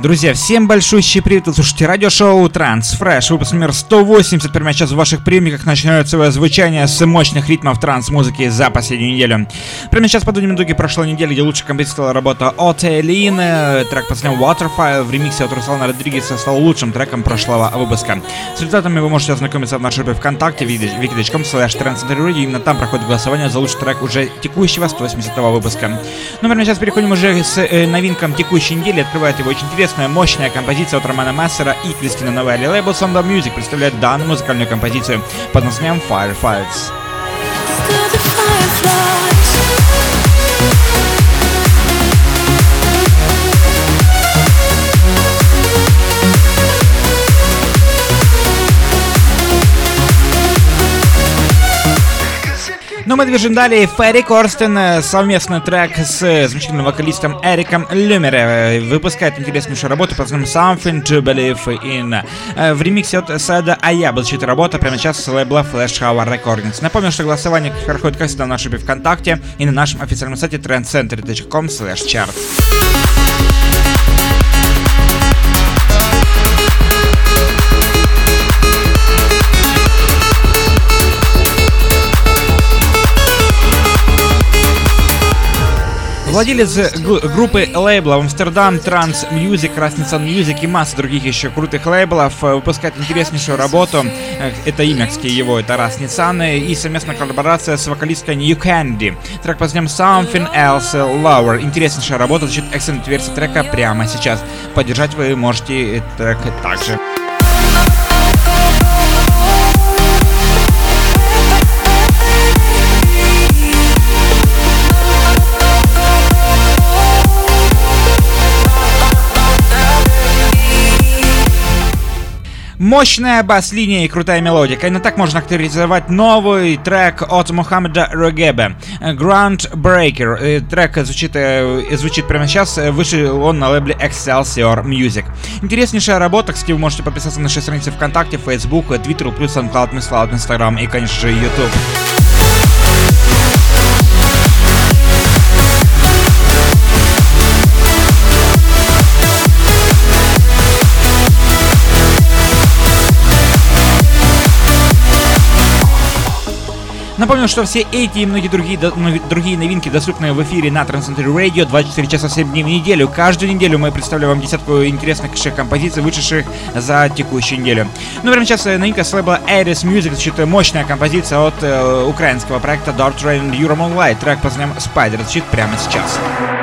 Друзья, всем большущий привет, вы слушаете радиошоу Трансфреш, выпуск номер 180, прямо сейчас в ваших приемниках начинает свое звучание с мощных ритмов транс-музыки за последнюю неделю. Прямо сейчас подводим итоги прошлой недели, где лучшей композицией стала работа от Элин, трек под названием Waterfire в ремиксе от Руслана Родригеса стал лучшим треком прошлого выпуска. С результатами вы можете ознакомиться в нашей группе ВКонтакте wiki.com/trendcenterradio, именно там проходит голосование за лучший трек уже текущего 180-го выпуска. Ну, прямо сейчас переходим уже с новинкам текущей недели, открывает его очень интересная, мощная композиция от Романа Мессера и Кристины Новелли. Лейбл Sonda Music представляет данную музыкальную композицию под названием Fireflies. Но мы движем далее. Ферри Корстен, совместный трек с замечательным вокалистом Эриком Люмере, выпускает интереснейшую работу под названием Something to Believe in. В ремиксе от Сада Аяб звучит работа прямо сейчас с лейбла Flash Hour Recordings. Напомню, что голосование проходит, как всегда, в нашей группе ВКонтакте и на нашем официальном сайте trendcenter.com/chart. Владелец группы лейблов Amsterdam Trans Music, Rasnisan Music и масса других еще крутых лейблов выпускает интереснейшую работу. Это имякский его, это Rasnisan, и совместная коллаборация с вокалисткой New Candy. Трек под названием Something Else Lover. Интереснейшая работа, звучит эксцент версия трека прямо сейчас. Поддержать вы можете трек также. Мощная бас-линия и крутая мелодика. Именно так можно характеризовать новый трек от Мухаммеда Рогебе. Ground Breaker. Трек звучит прямо сейчас. Вышел он на лейбле Excelsior Music. Интереснейшая работа. Кстати, вы можете подписаться на наши страницы ВКонтакте, Facebook, Twitter, плюс SoundCloud, MixCloud, Instagram и, конечно же, YouTube. Напомню, что все эти и многие другие новинки доступны в эфире на Trendcenter Radio 24 часа 7 дней в неделю. Каждую неделю мы представляем вам десятку интересных композиций, вышедших за текущую неделю. Ну, прямо сейчас новинка с лейбла Ares Music, звучит мощная композиция от украинского проекта Dark Train Euro Moonlight. Трек под названием Spider звучит прямо сейчас.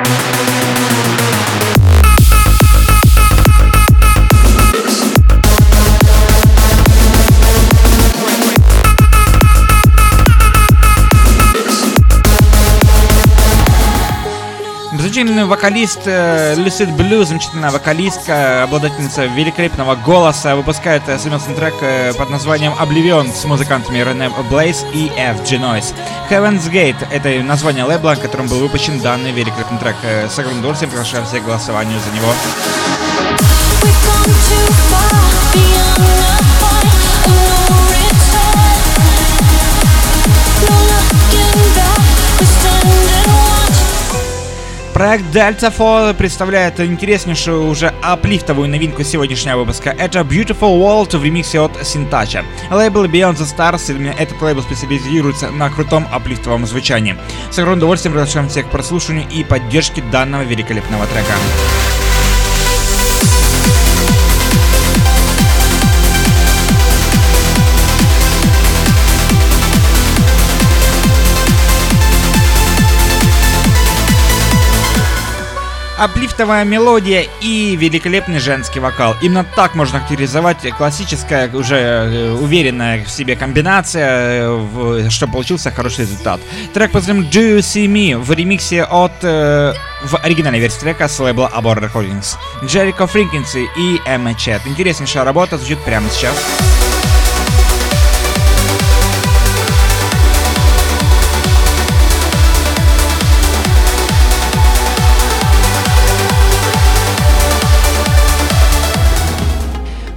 Замечательный вокалист Lucid Blue, замечательная вокалистка, обладательница великолепного голоса, выпускает совместный трек под названием Oblivion с музыкантами René Blaze и FG Noise. Heaven's Gate — это название лейбла, которым был выпущен данный великолепный трек. С огромным удовольствием приглашаем всех к голосованию за него. Проект Delta Fall представляет интереснейшую уже аплифтовую новинку сегодняшнего выпуска. Это Beautiful World в ремиксе от Синтача. Лейбл Beyond the Stars, именно этот лейбл специализируется на крутом аплифтовом звучании. С огромным удовольствием приглашаем всех к прослушиванию и поддержке данного великолепного трека. Аплифтовая мелодия и великолепный женский вокал. Именно так можно характеризовать классическая, уже уверенная в себе комбинация, чтобы получился хороший результат. Трек под названием Do You See Me в ремиксе в оригинальной версии трека с лейбла Abor Recordings. Джерико Фрикинси и Эмма Чет. Интереснейшая работа звучит прямо сейчас.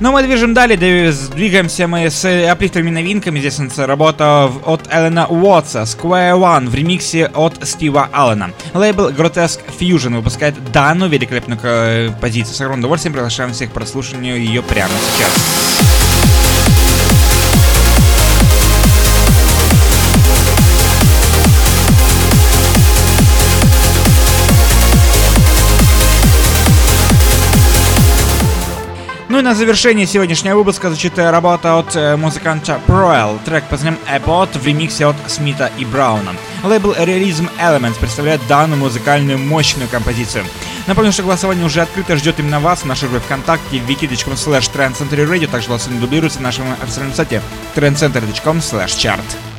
Но мы движем далее, двигаемся мы с аплифтовыми новинками. Здесь у нас работа от Эллена Уотса, Square One в ремиксе от Стива Аллена. Лейбл Grotesque Fusion выпускает данную великолепную позицию. С огромным удовольствием приглашаем всех к прослушиванию ее прямо сейчас. Ну и на завершение сегодняшнего выпуска звучит работа от музыканта Proel, трек под названием Abbott в ремиксе от Смита и Брауна. Лейбл Realism Elements представляет данную музыкальную мощную композицию. Напомню, что голосование уже открыто, ждет именно вас в нашей группе ВКонтакте wiki.com/trendcenterradio, также голосование дублируется на нашем официальном сайте trendcenter.com/chart.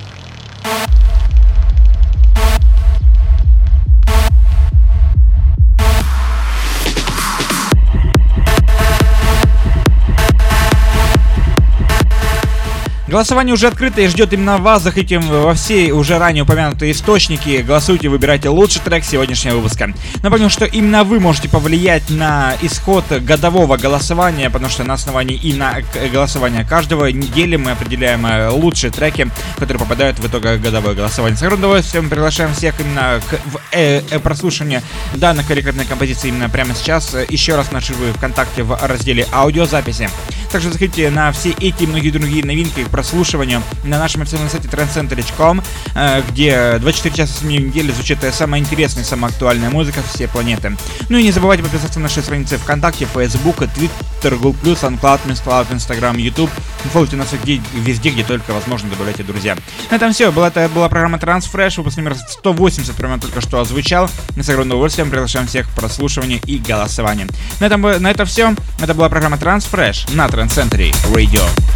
Голосование уже открыто и ждет именно вас. Заходите во все уже ранее упомянутые источники, голосуйте, выбирайте лучший трек сегодняшнего выпуска. Напомню, что именно вы можете повлиять на исход годового голосования, потому что на основании именно голосования каждого недели мы определяем лучшие треки, которые попадают в итоге годовое голосование. С огромным удовольствием приглашаем всех именно к прослушиванию данной великолепной композиции именно прямо сейчас. Еще раз наши вы ВКонтакте в разделе аудиозаписи. Также заходите на все эти и многие другие новинки к прослушиванию на нашем официальном сайте trendcenter.com, где 24 часа с недели звучит самая интересная, самая актуальная музыка всей планеты. Ну и не забывайте подписаться на наши страницы ВКонтакте, Facebook, Twitter, Google+, SoundCloud, MixCloud, Instagram, YouTube. Фолловите нас везде, где только возможно, добавляйте друзья. На этом все. Это была программа Transfresh, выпуск номер 180, прямо только что озвучал. Мы с огромным удовольствием приглашаем всех к прослушиванию и голосованию. На этом все. Это была программа Transfresh на Trend Center Radio.